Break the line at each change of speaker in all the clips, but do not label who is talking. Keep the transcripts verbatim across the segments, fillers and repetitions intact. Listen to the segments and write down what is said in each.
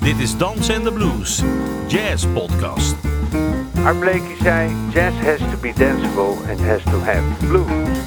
Dit is Dans en de Blues, Jazz Podcast.
Art Blakey zei, jazz has to be danceable and has to have blues.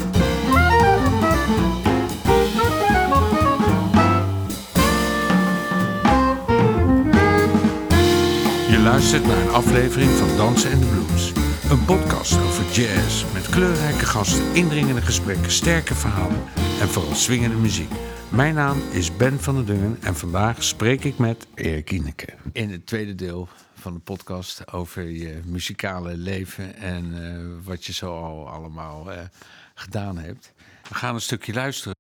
Je luistert naar een aflevering van Dansen en de Blues. Een podcast over jazz met kleurrijke gasten, indringende gesprekken, sterke verhalen en vooral swingende muziek. Mijn naam is Ben van der Dungen en vandaag spreek ik met Erik Ineke. In het tweede deel van de podcast over je muzikale leven en uh, wat je zo al allemaal uh, gedaan hebt. We gaan een stukje luisteren.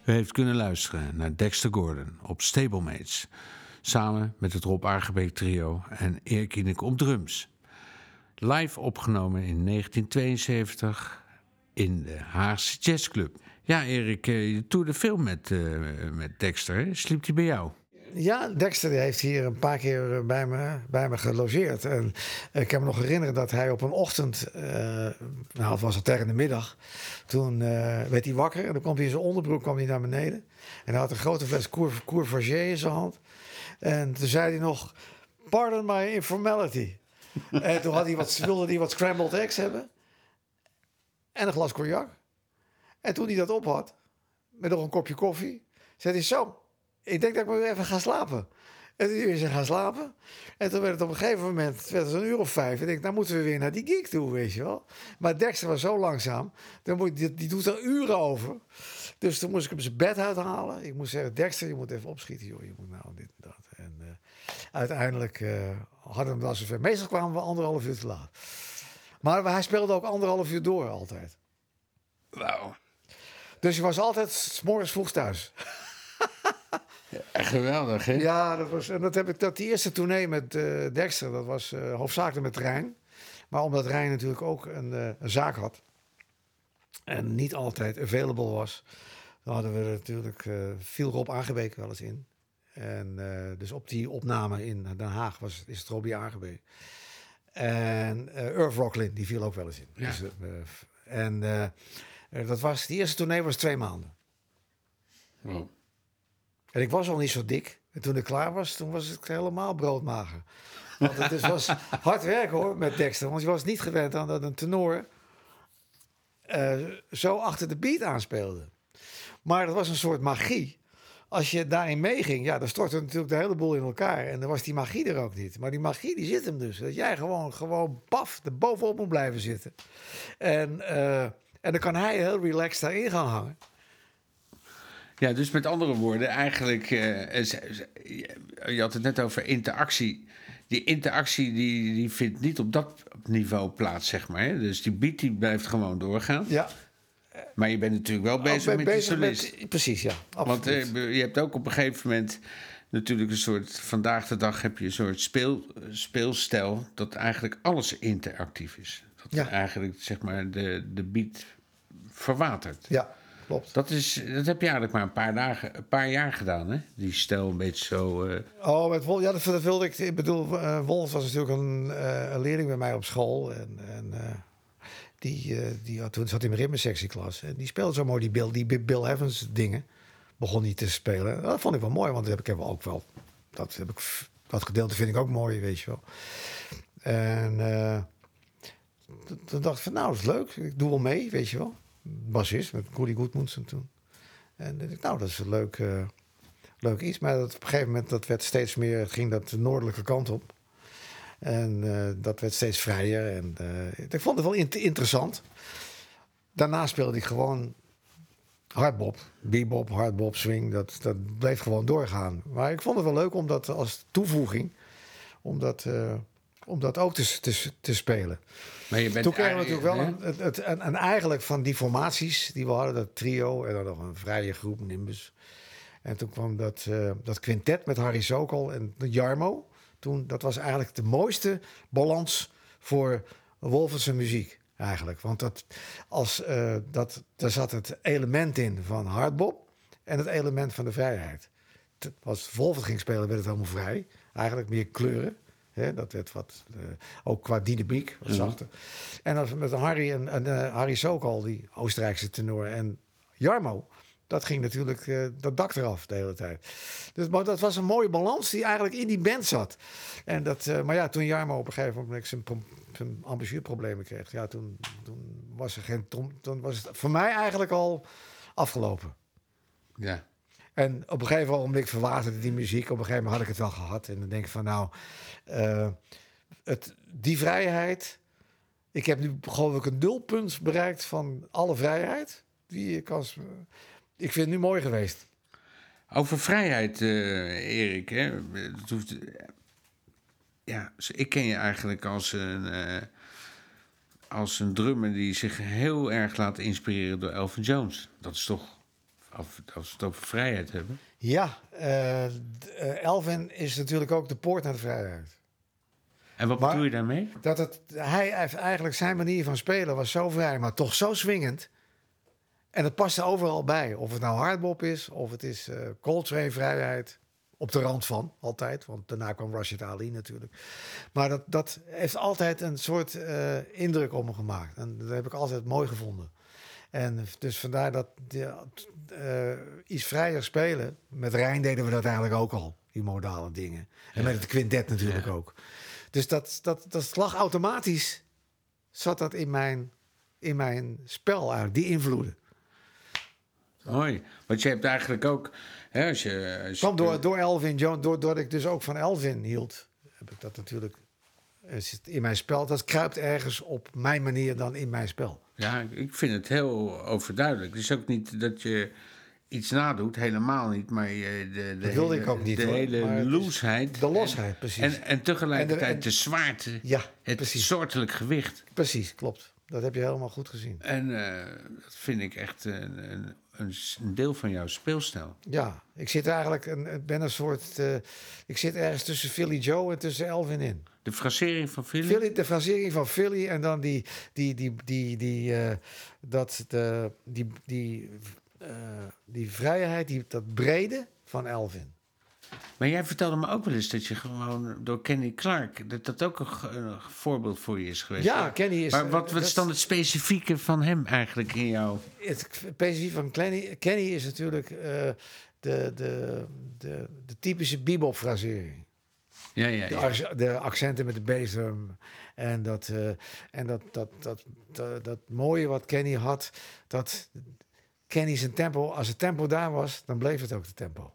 U heeft kunnen luisteren naar Dexter Gordon op Stablemates, samen met het Rob Aargebeek trio en Erik Ienek op drums. Live opgenomen in negentien tweeënzeventig in de Haagse Jazzclub. Ja, Erik, je toerde veel met, uh, met Dexter, hè? Sliep hij bij jou?
Ja, Dexter heeft hier een paar keer bij me, bij me gelogeerd. En ik kan me nog herinneren dat hij op een ochtend, uh, nou het was al tegen de middag, toen uh, werd hij wakker en dan kwam hij in zijn onderbroek kwam hij naar beneden. En hij had een grote fles Cour, Courvoisier in zijn hand. En toen zei hij nog, pardon my informality. En toen had hij wat, wilde hij wat scrambled eggs hebben en een glas cognac. En toen hij dat op had, met nog een kopje koffie, zei hij zo, ik denk dat ik maar weer even ga slapen. En toen is hij gaan slapen. En toen werd het op een gegeven moment, werd het een uur of vijf. Ik denk, nou moeten we weer naar die gig toe, weet je wel. Maar Dexter was zo langzaam. Dan moet, die, die doet er uren over. Dus toen moest ik hem zijn bed uithalen. Ik moest zeggen, Dexter, je moet even opschieten, joh. Je moet nou dit en dat. En uh, uiteindelijk uh, hadden we hem wel zover. Meestal kwamen we anderhalf uur te laat. Maar hij speelde ook anderhalf uur door altijd.
Wauw.
Dus je was altijd 's morgens vroeg thuis.
Ja, geweldig, hè?
Ja, dat was, en dat heb ik, dat die eerste tournee met uh, Dexter, dat was uh, hoofdzakelijk met Rijn. Maar omdat Rijn natuurlijk ook een, uh, een zaak had en niet altijd available was, dan hadden we natuurlijk uh, veel Rob Aargebeek wel eens in. En uh, dus op die opname in Den Haag was, is het Robbie Aargebeek. En uh, Irv Rocklin, die viel ook wel eens in.
Ja.
Dus, uh, en uh, dat was, die eerste tournee was twee maanden.
Wow.
En ik was al niet zo dik. En toen ik klaar was, toen was ik helemaal broodmager. Want het is, was hard werken hoor, met Dexter. Want je was niet gewend aan dat een tenor uh, zo achter de beat aanspeelde. Maar dat was een soort magie. Als je daarin meeging, ja, dan stortte natuurlijk de hele boel in elkaar. En dan was die magie er ook niet. Maar die magie, die zit hem dus. Dat jij gewoon, gewoon paf, er bovenop moet blijven zitten. En, uh, en dan kan hij heel relaxed daarin gaan hangen.
Ja, dus met andere woorden, eigenlijk, uh, je had het net over interactie. Die interactie die, die vindt niet op dat niveau plaats, zeg maar. Hè? Dus die beat die blijft gewoon doorgaan.
Ja.
Maar je bent natuurlijk wel bezig
ben
met
bezig
die solist.
Met, precies, ja. Absoluut.
Want uh, je hebt ook op een gegeven moment natuurlijk een soort, vandaag de dag heb je een soort speel, speelstijl dat eigenlijk alles interactief is. Dat
Ja.
eigenlijk, zeg maar, de, de beat verwatert.
Ja, klopt.
Dat, is, dat heb je eigenlijk maar een paar, dagen, een paar jaar gedaan, hè? Die stijl een beetje zo... Uh...
Oh, met Wolf, ja, dat, dat wilde ik. Ik bedoel, uh, Wolf was natuurlijk een, uh, een leerling bij mij op school. En, en uh, die, uh, die had, toen zat in mijn ritmesectieklas. En die speelde zo mooi die Bill, die Bill Evans dingen. Begon niet te spelen. Dat vond ik wel mooi, want dat heb ik ook wel. Dat, heb ik, dat gedeelte vind ik ook mooi, weet je wel. En uh, toen dacht ik van, nou, dat is leuk. Ik doe wel mee, weet je wel. Bassist met Goody Goodmundsen toen. En ik dacht, nou, dat is een leuk, uh, leuk iets. Maar dat, op een gegeven moment dat werd steeds meer, het ging dat de noordelijke kant op. En uh, dat werd steeds vrijer. En uh, ik vond het wel in- interessant. Daarna speelde ik gewoon hardbop, bebop, hardbop, swing. Dat, dat bleef gewoon doorgaan. Maar ik vond het wel leuk om dat als toevoeging, om dat, uh, om dat ook te, te, te spelen.
Maar je bent
Toen kregen we natuurlijk wel
hè?
een, het, het, en, en eigenlijk van die formaties die we hadden, dat trio en dan nog een vrije groep, Nimbus. En toen kwam dat, uh, dat quintet met Harry Sokol en Jarmo. Toen, dat was eigenlijk de mooiste balans voor Wolfense muziek eigenlijk. Want dat, als, uh, dat, daar zat het element in van hardbop en het element van de vrijheid. Als Wolf ging spelen werd het helemaal vrij. Eigenlijk meer kleuren. He, dat werd wat, uh, ook qua dynamiek, wat zachter. Ja. En als met Harry en, en uh, Harry Sokol, die Oostenrijkse tenor, en Jarmo, dat ging natuurlijk uh, dat dak eraf de hele tijd. Dus, maar dat was een mooie balans die eigenlijk in die band zat. En dat, uh, maar ja, toen Jarmo op een gegeven moment zijn, pro- zijn ambitieproblemen kreeg, ja, toen, toen was er geen tom, toen was het voor mij eigenlijk al afgelopen.
Ja.
En op een gegeven moment verwaterde die muziek. Op een gegeven moment had ik het wel gehad. En dan denk ik van nou, uh, het, die vrijheid. Ik heb nu geloof ik een nulpunt bereikt van alle vrijheid. Die ik, als, ik vind het nu mooi geweest.
Over vrijheid, uh, Erik. Hè? Het hoeft, ja, ik ken je eigenlijk als een, uh, als een drummer die zich heel erg laat inspireren door Elvin Jones. Dat is toch als, als we het over vrijheid hebben.
Ja, uh, d- uh, Elvin is natuurlijk ook de poort naar de vrijheid.
En wat
Maar-
bedoel je daarmee?
Dat het, hij heeft eigenlijk zijn manier van spelen was zo vrij, maar toch zo swingend. En het paste overal bij. Of het nou hardbop is, of het is uh, Coltrane vrijheid. Op de rand van, altijd. Want daarna kwam Rashid Ali natuurlijk. Maar dat, dat heeft altijd een soort uh, indruk op me gemaakt. En dat heb ik altijd mooi gevonden. En dus vandaar dat de, uh, iets vrijer spelen. Met Rijn deden we dat eigenlijk ook al. Die modale dingen. En
Ja.
met het quintet natuurlijk
Ja.
ook. Dus dat, dat, dat lag automatisch. Zat dat in mijn, in mijn spel eigenlijk. Die invloeden.
Mooi. Want je hebt eigenlijk ook... Hè, als je, als je-
Kwam door, door Elvin Jones. Doordat ik dus ook van Elvin hield. Heb ik dat natuurlijk uh, zit in mijn spel. Dat kruipt ergens op mijn manier dan in mijn spel.
Ja, ik vind het heel overduidelijk. Het is ook niet dat je iets nadoet, helemaal niet. Maar je, de, de
Dat wilde
hele,
ik ook niet,
de
hoor.
hele
Maar het is
loosheid.
de losheid, precies.
En, en tegelijkertijd
En de- en-
de zwaarte.
Ja,
Het
precies.
soortelijk gewicht.
Precies, klopt. Dat heb je helemaal goed gezien.
En uh, dat vind ik echt een, een, een, een deel van jouw speelstijl.
Ja, ik zit eigenlijk, een, ik ben een soort, uh, ik zit ergens tussen Philly Joe en tussen Elvin in.
De frasering van Philly?
Philly, de frasering van Philly en dan die, die, die, die, die, uh, dat, de, die, die, uh, die vrijheid, die, dat brede van Elvin.
Maar jij vertelde me ook wel eens dat je gewoon door Kenny Clark... dat dat ook een, een voorbeeld voor je is geweest.
Ja, Kenny is...
Maar wat, wat is
dat-
dan het specifieke van hem eigenlijk in jou?
Het specifiek van Kenny, Kenny is natuurlijk uh, de, de, de, de typische bebop-frasering.
Ja, ja,
De,
ja.
ac- de accenten met de bassdrum. En, dat, uh, en dat, dat, dat, dat, dat mooie wat Kenny had, dat Kenny zijn tempo, als het tempo daar was, dan bleef het ook de tempo.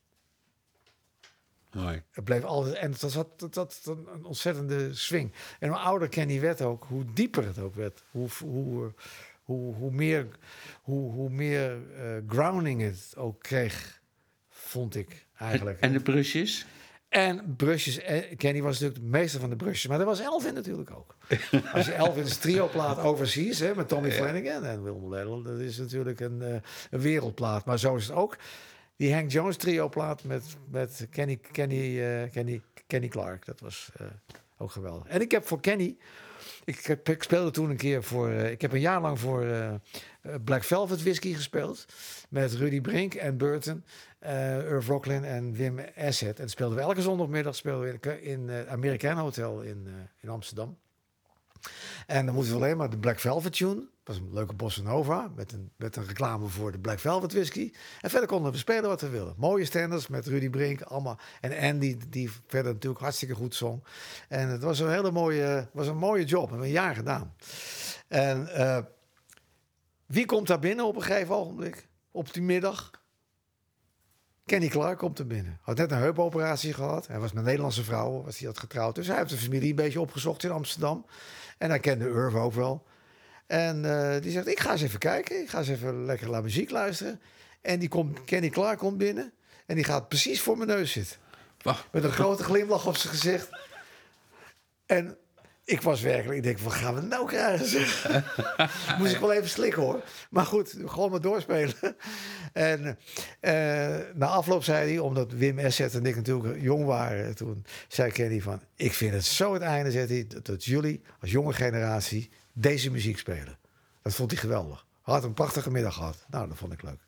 Mooi.
Het bleef altijd, en dat had dat, dat, dat een ontzettende swing. En hoe ouder Kenny werd ook, hoe dieper het ook werd. Hoe, hoe, hoe, hoe meer, hoe, hoe meer uh, grounding het ook kreeg, vond ik eigenlijk.
En de brusjes?
En brushes. eh, Kenny was natuurlijk de meester van de brushes. Maar dat was Elvin natuurlijk ook. Als je Elvin's trio-plaat Overseas, hè, met Tommy Flanagan en Will Little, dat is natuurlijk een, uh, een wereldplaat. Maar zo is het ook. Die Hank Jones trio-plaat met, met Kenny, Kenny, uh, Kenny, Kenny Clark. Dat was uh, ook geweldig. En ik heb voor Kenny... Ik, heb, ik speelde toen een keer voor... Uh, ik heb een jaar lang voor uh, Black Velvet Whisky gespeeld. Met Rudy Brink en Burton. Uh, Irv Rocklin en Wim Asset. En speelden we elke zondagmiddag speelden we in het uh, American Hotel in, uh, in Amsterdam. En dan moesten we alleen maar de Black Velvet tune. Dat was een leuke bossa nova met een, met een reclame voor de Black Velvet whisky. En verder konden we spelen wat we wilden. Mooie standards met Rudy Brink allemaal. En Andy, die verder natuurlijk hartstikke goed zong. En het was een hele mooie, was een mooie job. We hebben een jaar gedaan. En uh, wie komt daar binnen op een gegeven ogenblik? Op die middag? Kenny Clark komt er binnen. Had net een heupoperatie gehad. Hij was met een Nederlandse vrouw, was hij had getrouwd. Dus hij heeft de familie een beetje opgezocht in Amsterdam. En hij kende Irv ook wel. En uh, die zegt, ik ga eens even kijken. Ik ga eens even lekker naar muziek luisteren. En die komt, Kenny Clark komt binnen. En die gaat precies voor mijn neus zitten.
Wacht.
Met een grote glimlach op zijn gezicht. En ik was werkelijk, ik denk, wat gaan we nou krijgen? Zeg. Moest ik wel even slikken hoor. Maar goed, gewoon maar doorspelen. En uh, na afloop zei hij, omdat Wim Asset en ik natuurlijk jong waren toen, zei Kenny van, ik vind het zo het einde, zegt hij, dat, dat jullie als jonge generatie deze muziek spelen. Dat vond hij geweldig. Had een prachtige middag gehad. Nou, dat vond ik leuk.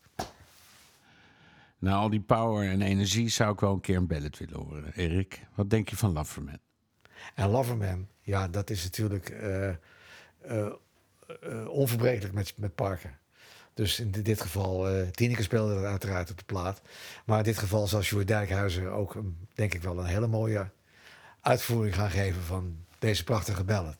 Na al die power en energie zou ik wel een keer een ballad willen horen. Erik, wat denk je van Loverman?
En Loverman, ja, dat is natuurlijk uh, uh, uh, onverbrekelijk met, met Parker. Dus in dit geval, uh, Tineke speelde dat uiteraard op de plaat. Maar in dit geval zal Sjoerd Dijkhuizen ook, um, denk ik wel, een hele mooie uitvoering gaan geven van deze prachtige ballad.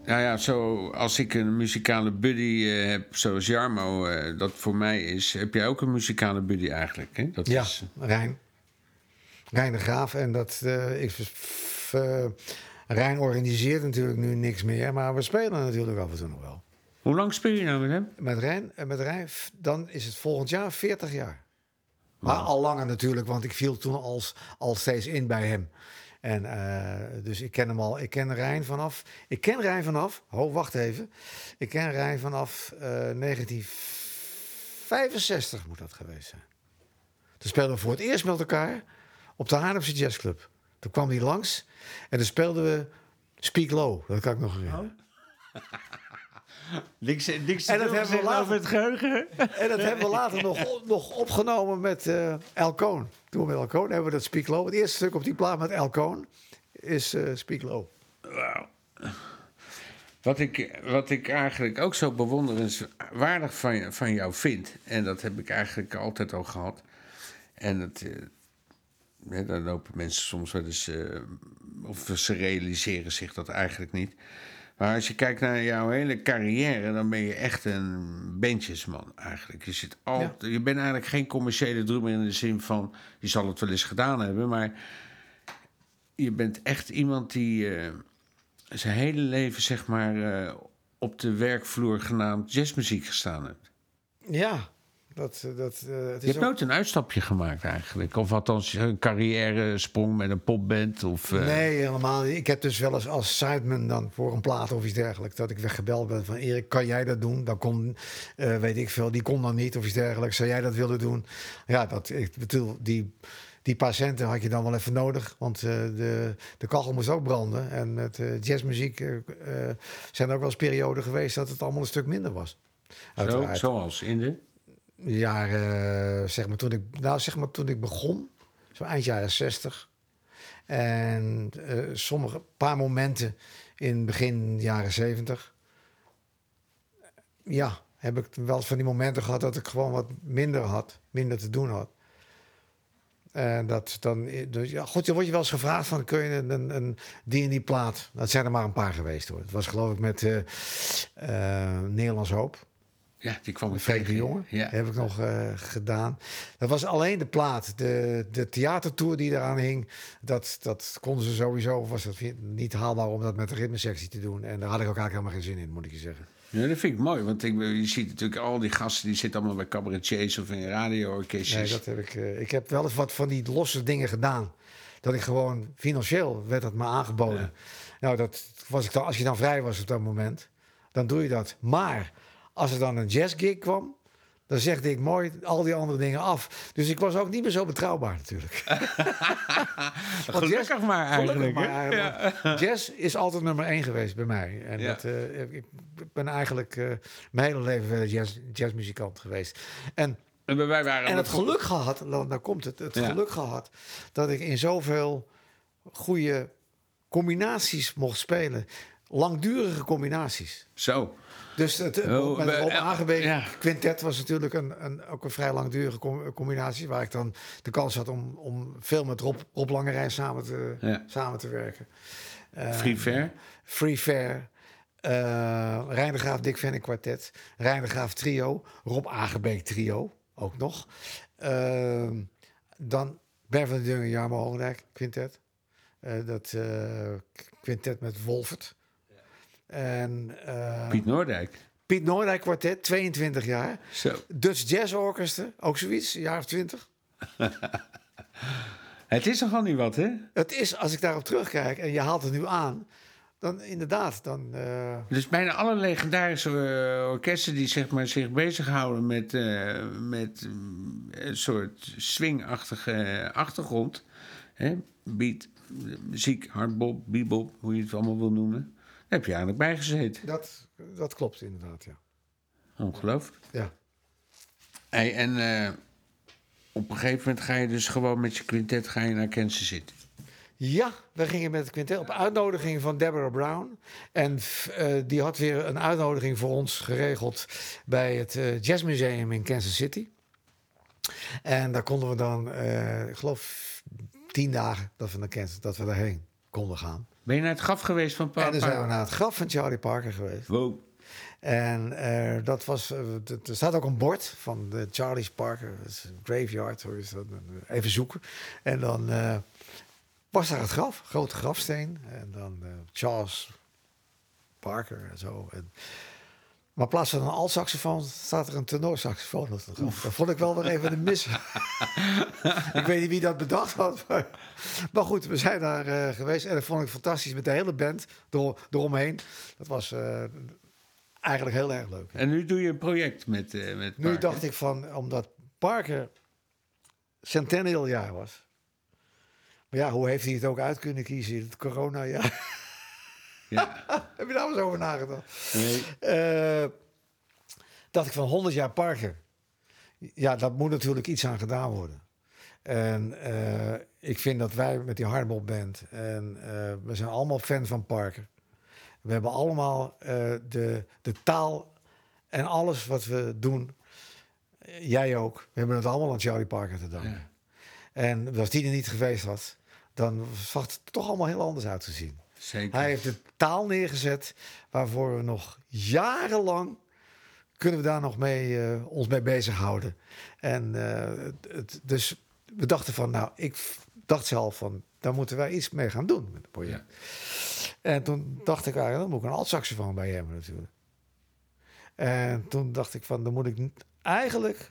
Nou ja, zo, als ik een muzikale buddy eh, heb, zoals Jarmo, eh, dat voor mij is... heb jij ook een muzikale buddy eigenlijk, hè? Dat
Ja,
is,
Rijn. Rijn de Graaf. En dat... Uh, ik, f, uh, Rijn organiseert natuurlijk nu niks meer, maar we spelen natuurlijk af en toe nog wel.
Hoe lang speel je nou met hem?
Met Rijn, en met Rijn, dan is het volgend jaar veertig jaar.
Wow.
Maar al langer natuurlijk, want ik viel toen al, al steeds in bij hem. En uh, dus ik ken hem al. Ik ken Rijn vanaf. Ik ken Rijn vanaf. Ho, wacht even. Ik ken Rijn vanaf uh, negentien vijfenzestig moet dat geweest zijn. Toen speelden we voor het eerst met elkaar op de Haarlemse Jazzclub. Toen kwam hij langs en dan speelden we Speak Low. Dat kan ik nog herinneren.
Oh. Niks, niks
en dat hebben we later
het geheugen.
En dat hebben we later nog, nog opgenomen met uh, El Coon. Toen we met El Coon hebben we dat Speak Low. Het eerste stuk op die plaat met El Coon is uh, Speak Low.
Wauw. Wat ik, wat ik eigenlijk ook zo bewonderenswaardig van, van jou vind... en dat heb ik eigenlijk altijd al gehad... en dat, uh, hè, daar lopen mensen soms wel eens... Uh, of ze realiseren zich dat eigenlijk niet... Maar als je kijkt naar jouw hele carrière... dan ben je echt een bandjesman eigenlijk. Je, zit altijd, ja. je bent eigenlijk geen commerciële drummer in de zin van... je zal het wel eens gedaan hebben... maar je bent echt iemand die uh, zijn hele leven... zeg maar uh, op de werkvloer genaamd jazzmuziek gestaan heeft.
Ja, dat... dat uh, het is
je hebt
ook...
nooit een uitstapje gemaakt eigenlijk? Of althans een carrière sprong met een popband? Of, uh...
Nee, helemaal niet. Ik heb dus wel eens als sideman dan voor een plaat of iets dergelijks... dat ik weggebeld ben van Erik, kan jij dat doen? Dan kon, uh, weet ik veel, die kon dan niet of iets dergelijks. Zou jij dat willen doen? Ja, dat, ik bedoel, die, die paar centen had je dan wel even nodig. Want uh, de, de kachel moest ook branden. En met uh, jazzmuziek uh, uh, zijn er ook wel eens perioden geweest... dat het allemaal een stuk minder was.
Zo, zoals in de...
jaren, zeg maar toen ik, nou zeg maar toen ik begon, zo eind jaren zestig. En uh, sommige paar momenten in begin jaren zeventig. Ja, heb ik wel van die momenten gehad dat ik gewoon wat minder had, minder te doen had. En dat dan, dus ja, goed, dan word je wel eens gevraagd van, kun je een, een, een die en die plaat? Dat zijn er maar een paar geweest hoor. Het was geloof ik met uh, uh, Nederlands Hoop.
Ja, die kwam ik
Freek de Jonge.
Ja.
Heb ik nog uh, gedaan. Dat was alleen de plaat. De, de theatertour die eraan hing. Dat, dat konden ze sowieso. Was dat niet haalbaar om dat met de ritmesectie te doen. En daar had ik ook eigenlijk helemaal geen zin in, moet ik je zeggen.
Ja, dat vind ik mooi. Want ik, je ziet natuurlijk al die gasten... die zitten allemaal bij cabaretiers of in radio-orkestjes.
Nee, dat heb ik... Uh, ik heb wel eens wat van die losse dingen gedaan. Dat ik gewoon... Financieel werd dat me aangeboden. Ja. Nou, dat was ik dan, als je dan vrij was op dat moment... dan doe je dat. Maar... als er dan een jazzgig kwam, dan zegde ik mooi al die andere dingen af. Dus ik was ook niet meer zo betrouwbaar natuurlijk.
Gelukkig
jazz,
maar eigenlijk.
Gelukkig maar eigenlijk. Ja. Jazz is altijd nummer één geweest bij mij. En
ja.
dat, uh, ik ben eigenlijk uh, mijn hele leven verder jazz, jazzmuzikant geweest. En,
en, wij waren
en het geluk gehad, dan, dan komt het, het ja. geluk gehad... dat ik in zoveel goede combinaties mocht spelen. Langdurige combinaties.
Zo.
Dus het oh, met Rob Aangebeek
ja.
quintet was natuurlijk een, een, ook een vrij langdurige combinatie... waar ik dan de kans had om, om veel met Rob, Rob Langerijn samen te, ja. samen te werken.
Uh, Free Fair?
Free Fair. Uh, Rijn de Graaf, Dick Venning kwartet. Rijn de Graaf trio. Rob Aangebeek trio, ook nog. Uh, dan Ben van der Dungen, Jarmo Hogendijk, quintet. Uh, dat uh, quintet met Wolfert. En, uh,
Piet Noordijk.
Piet Noordijk kwartet, tweeëntwintig jaar.
Zo.
Dutch Jazz Orchestra, ook zoiets, een jaar of twintig.
Het is nogal niet wat, hè?
Het is, als ik daarop terugkijk en je haalt het nu aan... dan inderdaad, dan... Uh...
Dus bijna alle legendarische uh, orkesten die zeg maar, zich bezighouden met, uh, met uh, een soort swingachtige achtergrond... Hè? Beat, muziek, hardbop, bebop, hoe je het allemaal wil noemen... Daar heb je eigenlijk bij gezeten.
Dat, dat klopt inderdaad, ja.
Ongelooflijk.
Ja.
Hey, en uh, op een gegeven moment ga je dus gewoon met je quintet ga je naar Kansas City.
Ja, we gingen met het quintet op uitnodiging van Deborah Brown. En uh, die had weer een uitnodiging voor ons geregeld... bij het uh, Jazzmuseum in Kansas City. En daar konden we dan, uh, ik geloof, tien dagen dat we naar Kansas, dat we daarheen konden gaan.
Ben je naar het graf geweest van Paul
En dan zijn we
Parker?
naar het graf van Charlie Parker geweest.
Wow.
En uh, dat was, uh, t- er staat ook een bord van de Charlie's Parker, dat is een graveyard, hoor is dat, even zoeken. En dan uh, was daar het graf, grote grafsteen. En dan uh, Charles Parker en zo. En, maar in plaats van een altsaxofoon staat er een tenorsaxofoon op het graf. Dat vond ik wel weer even de mis. Ik weet niet wie dat bedacht had. Maar, maar goed, we zijn daar uh, geweest. En dat vond ik fantastisch met de hele band door, eromheen. Dat was... Uh, Eigenlijk heel erg leuk.
En nu doe je een project met, uh, met
Nu
Parker.
dacht ik van, omdat Parker centennial jaar was. Maar ja, hoe heeft hij het ook uit kunnen kiezen in het coronajaar?
Ja.
Heb je daar eens over nagedacht?
Nee.
Uh, dacht ik van honderd jaar Parker. Ja, dat moet natuurlijk iets aan gedaan worden. En uh, ik vind dat wij met die hardbop band... en uh, we zijn allemaal fan van Parker... We hebben allemaal uh, de, de taal en alles wat we doen. Jij ook. We hebben het allemaal aan Charlie Parker te danken. Ja. En als die er niet geweest was, dan had het toch allemaal heel anders uitgezien.
Zeker.
Hij heeft de taal neergezet waarvoor we nog jarenlang kunnen we daar nog mee, uh, ons mee bezighouden. En uh, het, het, dus we dachten van, nou, ik dacht zelf van, daar moeten wij iets mee gaan doen met het project. Ja. En toen dacht ik, ah, dan moet ik een altsaxofoon bij hebben natuurlijk. En toen dacht ik van, dan moet ik eigenlijk,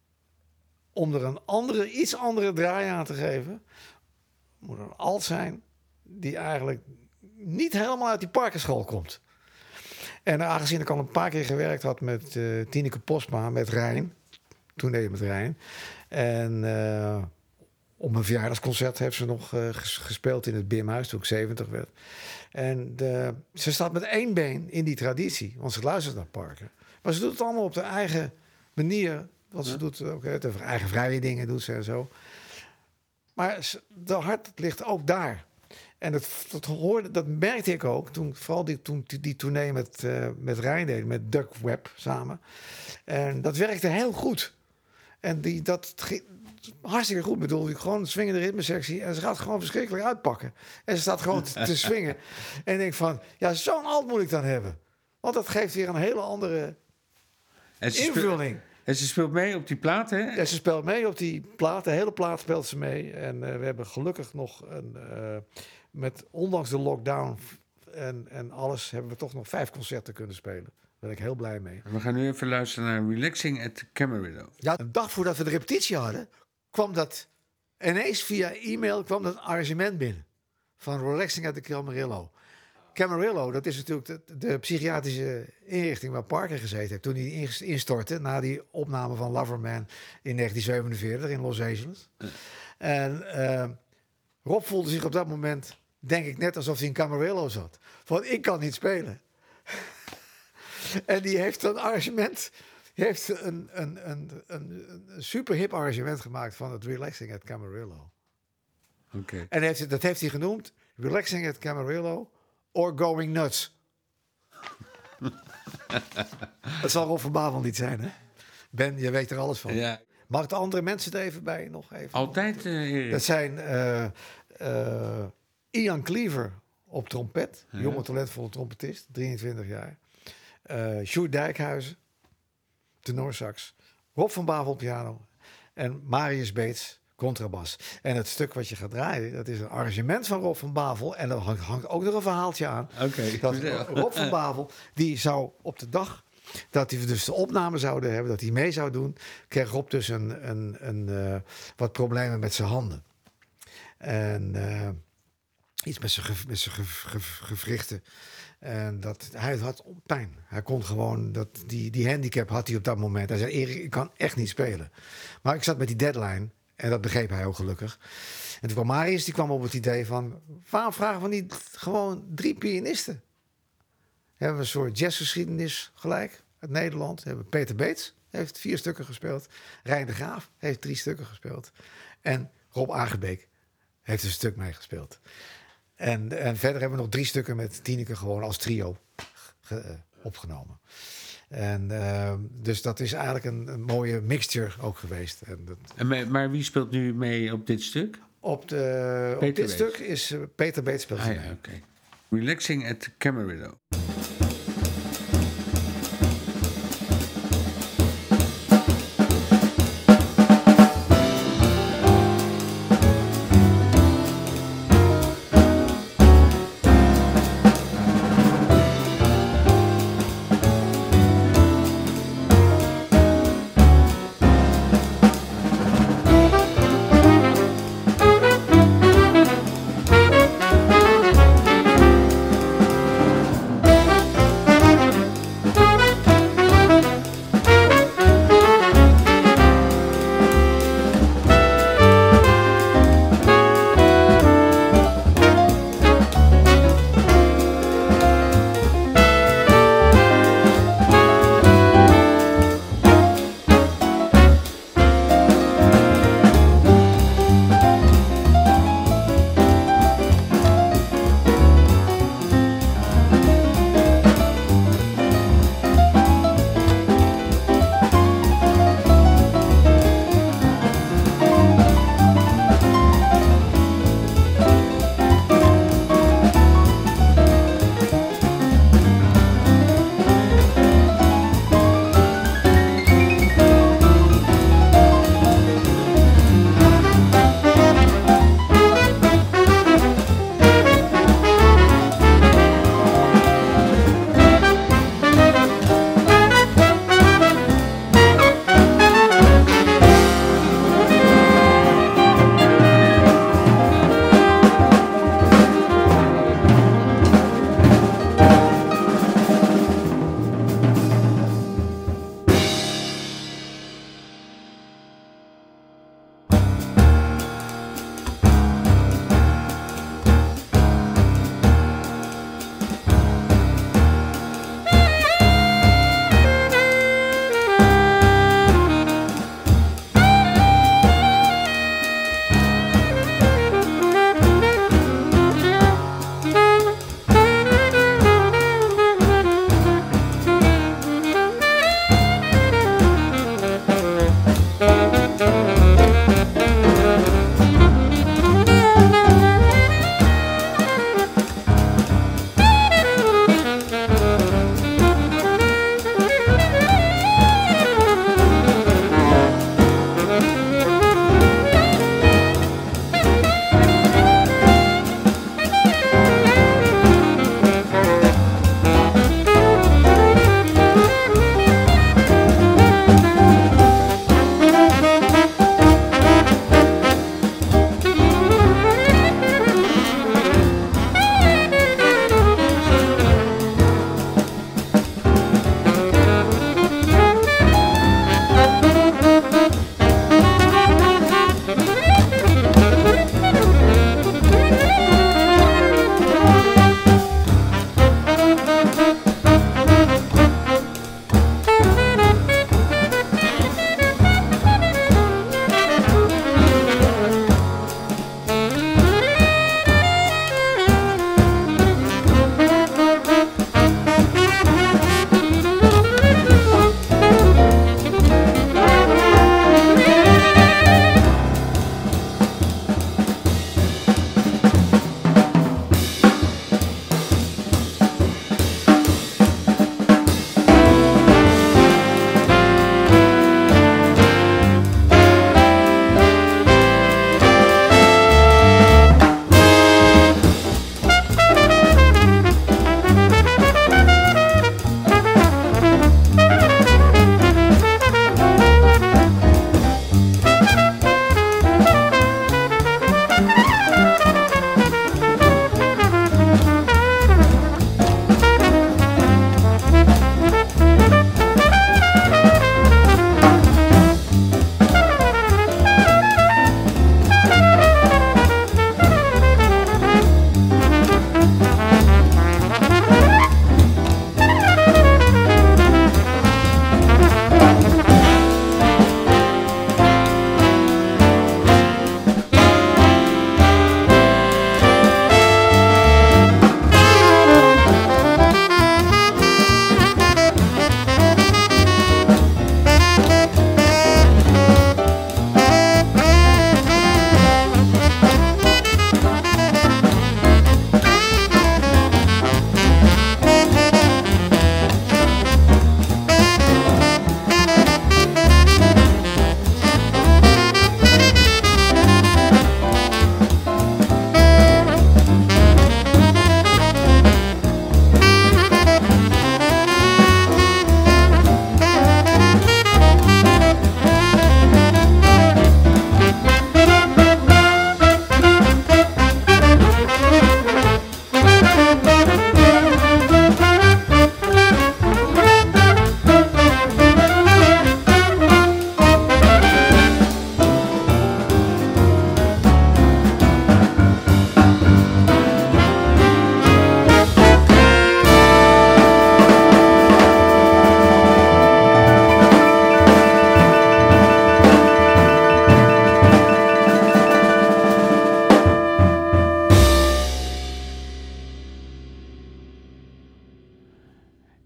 om er een andere, iets andere draai aan te geven, moet er een alt zijn die eigenlijk niet helemaal uit die Parkerschool komt. En aangezien ik al een paar keer gewerkt had met uh, Tineke Postma, met Rijn, toen deed ik met Rijn. En uh, op mijn verjaardagsconcert heeft ze nog uh, gespeeld in het Bimhuis toen ik zeventig werd. En de, ze staat met één been in die traditie, want ze luistert naar Parker. Maar ze doet het allemaal op haar eigen manier. Wat ze ja. doet, ook okay, eigen vrije dingen doet ze en zo. Maar de hart ligt ook daar. En dat, dat, hoorde, dat merkte ik ook toen, vooral die, toen die, die tournee met, uh, met Rijn deed, met Duck Webb samen. En dat werkte heel goed. En die, dat ging hartstikke goed. Ik bedoel, gewoon een swingende ritmesectie. En ze gaat gewoon verschrikkelijk uitpakken. En ze staat gewoon te, te swingen. En ik denk van, ja, zo'n alt moet ik dan hebben. Want dat geeft weer een hele andere
en
invulling.
Speelt, en ze speelt mee op die plaat, hè?
Ja, ze speelt mee op die plaat. De hele plaat speelt ze mee. En uh, we hebben gelukkig nog, een, uh, met, ondanks de lockdown en, en alles, hebben we toch nog vijf concerten kunnen spelen. Daar ben ik heel blij mee.
We gaan nu even luisteren naar Relaxing at Camarillo.
Ja, een dag voordat we de repetitie hadden, kwam dat ineens via e-mail kwam dat arrangement binnen. Van Relaxing at the Camarillo. Camarillo, dat is natuurlijk de, de psychiatrische inrichting waar Parker gezeten heeft toen hij instortte na die opname van Loverman in negentien zevenenveertig in Los Angeles. Ja. En uh, Rob voelde zich op dat moment, denk ik, net alsof hij in Camarillo zat. Van, ik kan niet spelen. En die heeft een arrangement, die heeft een, een, een, een, een super hip arrangement gemaakt van het Relaxing at Camarillo.
Okay.
En heeft, dat heeft hij genoemd, Relaxing at Camarillo or Going Nuts. Dat zal Rob van Bavel niet zijn, hè? Ben, je weet er alles van.
Ja.
Mag ik de andere mensen er even bij nog even?
Altijd, uh,
dat zijn uh, uh, Ian Cleaver op trompet. Ja. Jonge, talentvolle trompetist, drieëntwintig jaar. Uh, Sjoerd Dijkhuizen, tenorsax. Rob van Bavel piano. En Marius Beets, contrabas. En het stuk wat je gaat draaien, dat is een arrangement van Rob van Bavel. En daar hangt, hangt ook nog een verhaaltje aan.
Okay.
Dat Rob van Bavel, die zou op de dag dat hij dus de opname zouden hebben, dat hij mee zou doen, kreeg Rob dus een, een, een, uh, wat problemen met zijn handen. En uh, iets met zijn, ge, met zijn ge, ge, gewrichten. En dat, hij had pijn. Hij kon gewoon, dat, die, die handicap had hij op dat moment. Hij zei, Erik, ik kan echt niet spelen. Maar ik zat met die deadline. En dat begreep hij ook gelukkig. En toen kwam Marius, die kwam op het idee van, waarom vragen we niet gewoon drie pianisten? Hebben we een soort jazzgeschiedenis gelijk uit Nederland. We hebben Peter Beets, heeft vier stukken gespeeld. Rijn de Graaf heeft drie stukken gespeeld. En Rob Aangebeek heeft een stuk meegespeeld. En, en verder hebben we nog drie stukken met Tineke gewoon als trio ge, uh, opgenomen. En uh, dus dat is eigenlijk een, een mooie mixture ook geweest. En dat,
en maar, maar wie speelt nu mee op dit stuk?
Op, de, op dit Beets. stuk is uh, Peter Beets speelt
ah,
mee.
Ja, okay. Relaxing at Camarillo.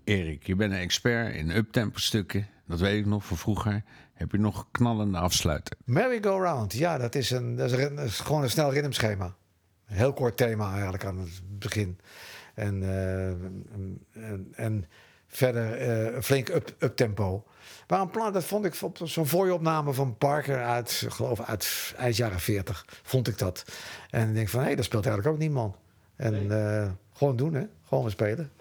Erik, je bent een expert in uptempo stukken. Dat weet ik nog van vroeger. Heb je nog knallende afsluiten?
Merry-Go-Round, ja, dat is, een, dat is, een, dat is gewoon een snel ritmeschema. Een heel kort thema eigenlijk aan het begin. En, uh, en, en verder uh, een flink up, uptempo. Maar een plaat, dat vond ik op zo'n vooropname van Parker uit, geloof uit eind jaren veertig, vond ik dat. En ik denk van, hé, hey, dat speelt eigenlijk ook niemand. En nee. uh, gewoon doen, hè. Gewoon weer spelen.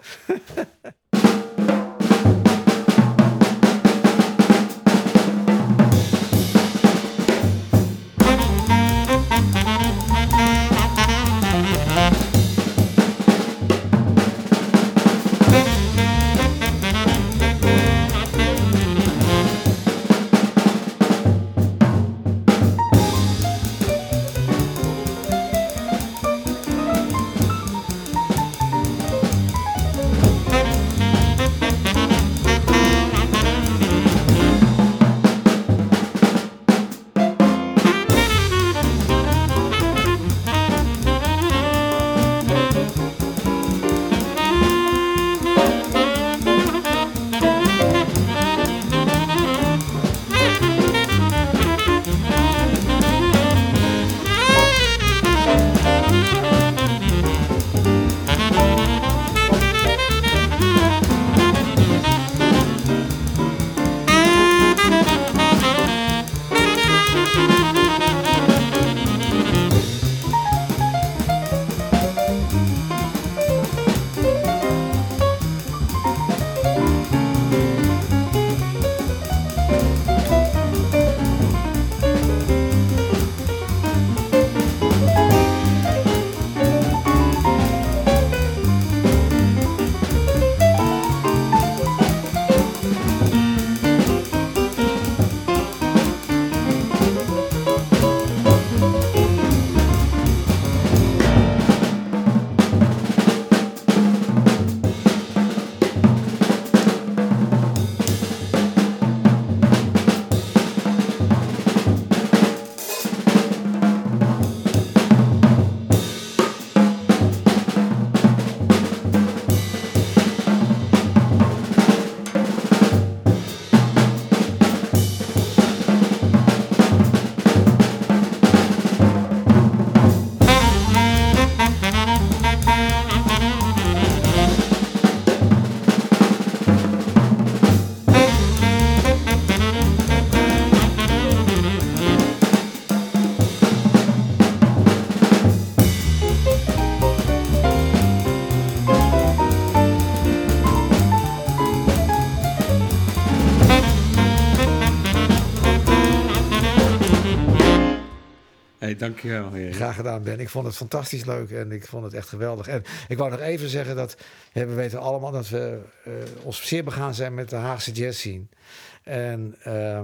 Hey, dankjewel. Heer.
Graag gedaan, Ben. Ik vond het fantastisch leuk en ik vond het echt geweldig. En ik wou nog even zeggen dat ja, we weten allemaal dat we uh, ons zeer begaan zijn met de Haagse jazz scene. En uh,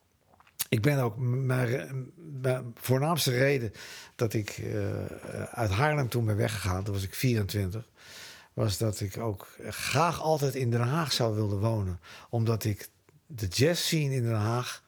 ik ben ook mijn, mijn voornaamste reden dat ik uh, uit Haarlem toen ben weggegaan, toen was ik vierentwintig, was dat ik ook graag altijd in Den Haag zou willen wonen. Omdat ik de jazz scene in Den Haag,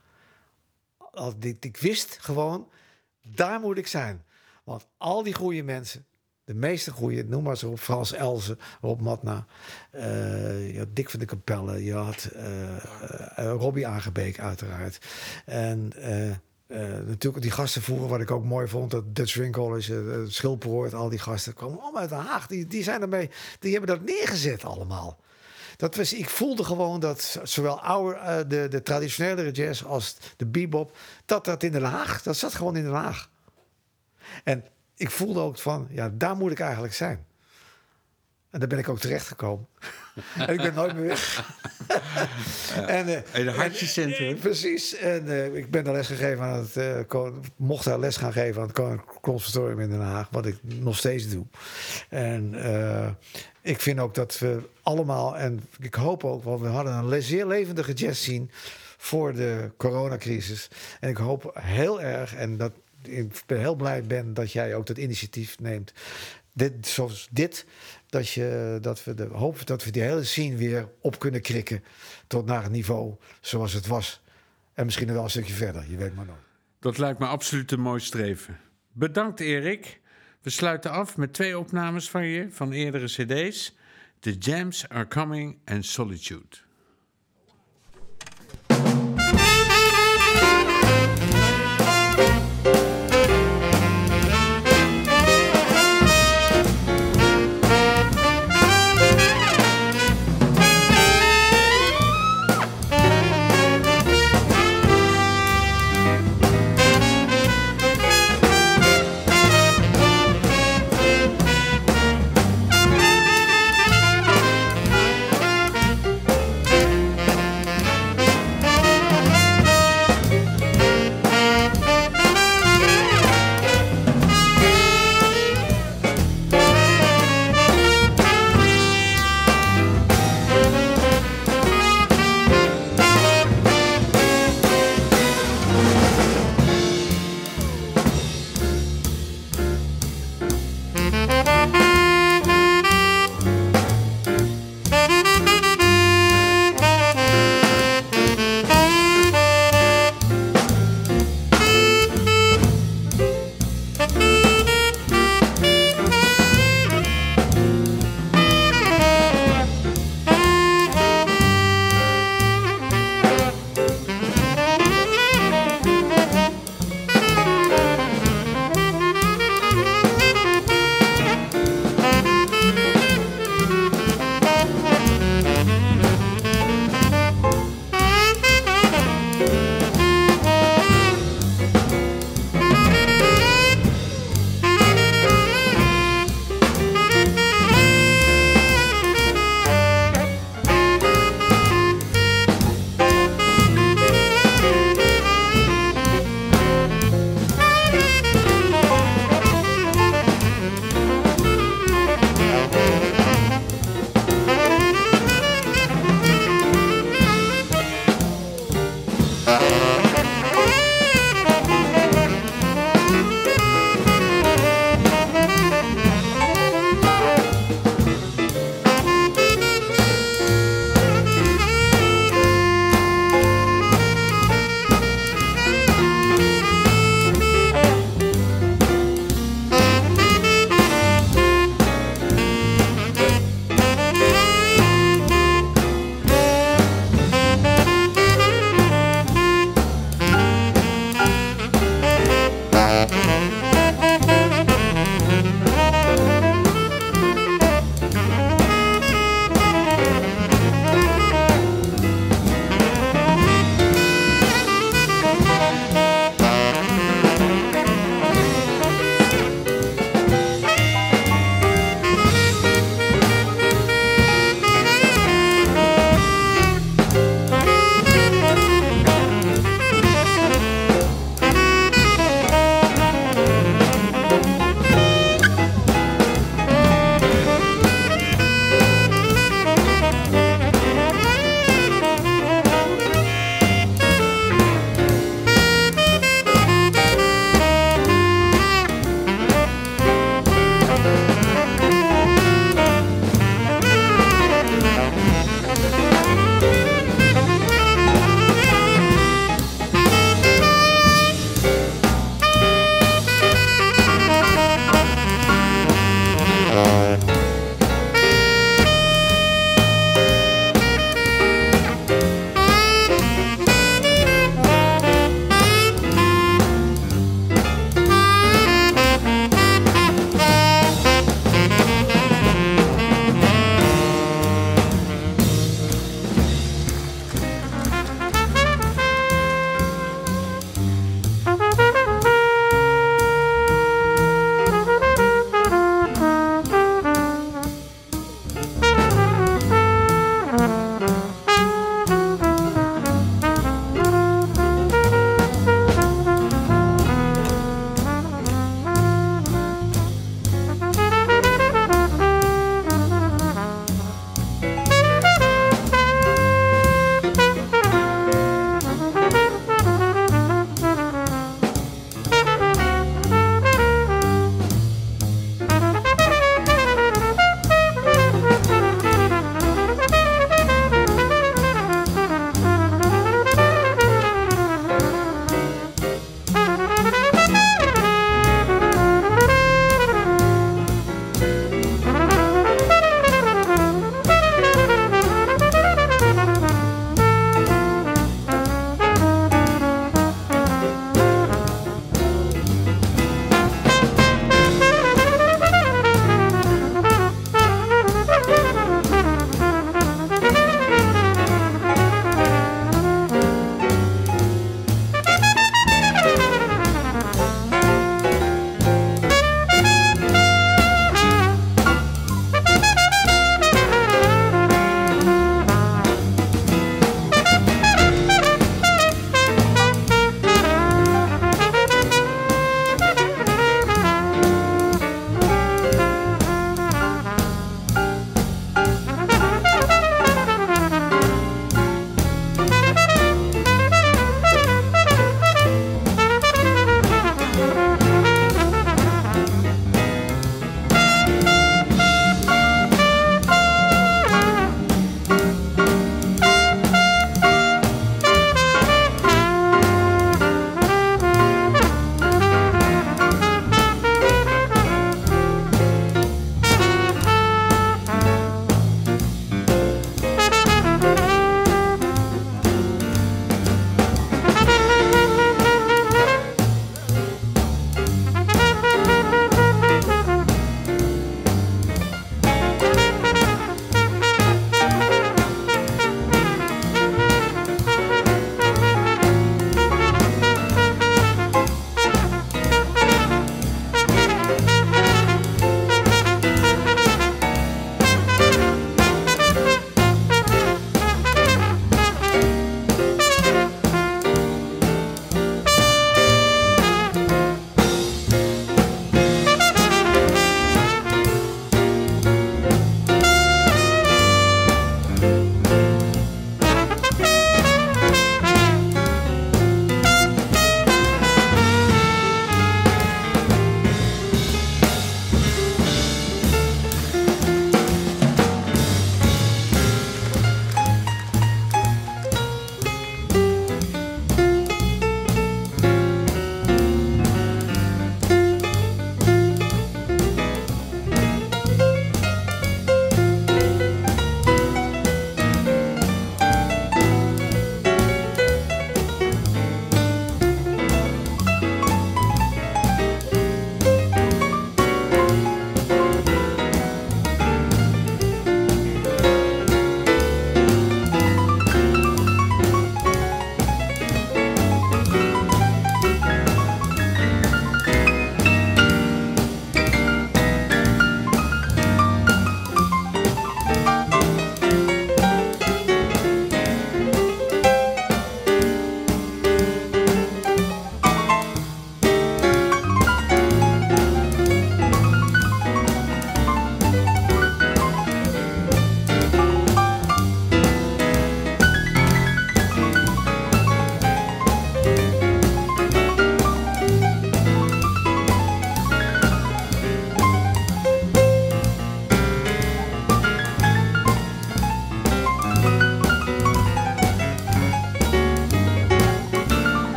ik, ik wist gewoon, daar moet ik zijn. Want al die goede mensen, de meeste goede, noem maar zo op, Frans Elzen, Rob Matna, uh, je had Dick van de Kapelle, je had uh, uh, Robbie Aangebeek uiteraard. En uh, uh, natuurlijk die gastenvoeren, wat ik ook mooi vond, dat Dutch Swing College, uh, Schilperoort, al die gasten komen allemaal uit Den Haag. Die, die zijn ermee, die hebben dat neergezet allemaal. Dat was, ik voelde gewoon dat zowel oude, uh, de, de traditionele jazz als de bebop, dat dat in Den Haag, dat zat gewoon in Den Haag. En ik voelde ook van, ja, daar moet ik eigenlijk zijn. En daar ben ik ook terechtgekomen. En ik ben nooit meer weg.
Ja.
en, uh,
en een hartjecentrum.
Precies. En uh, ik ben daar les gegeven aan het, uh, kon, mocht daar les gaan geven aan het Koninklijk Conservatorium in Den Haag, wat ik nog steeds doe. En uh, ik vind ook dat we allemaal, en ik hoop ook, want we hadden een zeer levendige jazz scene voor de coronacrisis. En ik hoop heel erg, en dat ik ben heel blij ben dat jij ook dat initiatief neemt. Dit, zoals dit, dat, je, dat we de hoop dat we die hele scene weer op kunnen krikken tot naar het niveau zoals het was. En misschien nog wel een stukje verder, je weet maar nooit.
Dat lijkt me absoluut een mooi streven. Bedankt, Erik. We sluiten af met twee opnames van je, van eerdere cd's. The Jams Are Coming en Solitude.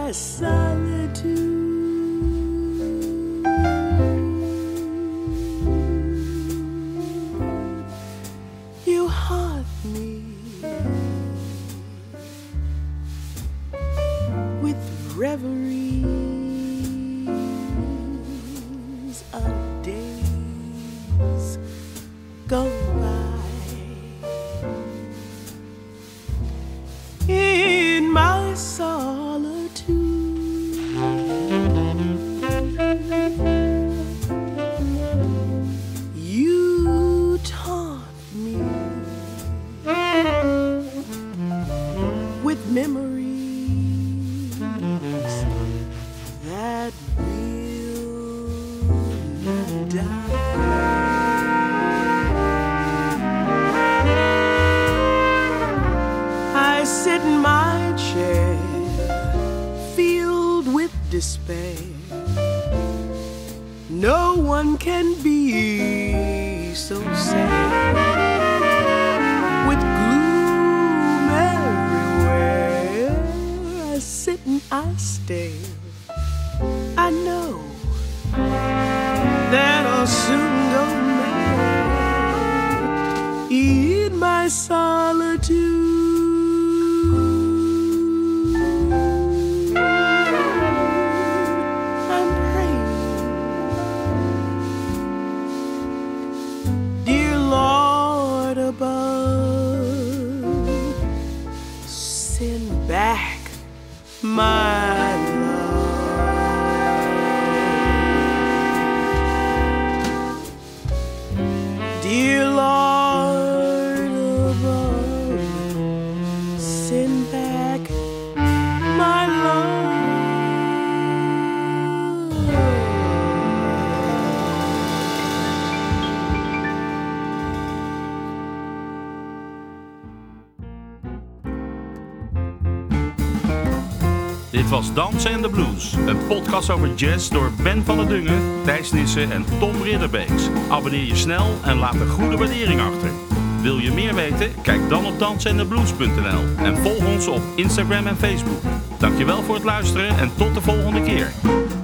my solitude. You haunt me with reveries of days gone by. In my solitude, you taunt me with memories that will not die. I sit in my chair, filled with despair. No one can be so sad. With gloom everywhere, I sit and I stare. I know that I'll soon go mad in my solitude. I'm praying, dear Lord above, send back my love. Dear Lord above, send back my love.
Dit was Dansen en de Blues, een podcast over jazz door Ben van der Dungen, Thijs Nissen en Tom Ridderbeeks. Abonneer je snel en laat een goede waardering achter. Wil je meer weten? Kijk dan op dansen en de blues punt n l en volg ons op Instagram en Facebook. Dankjewel voor het luisteren en tot de volgende keer.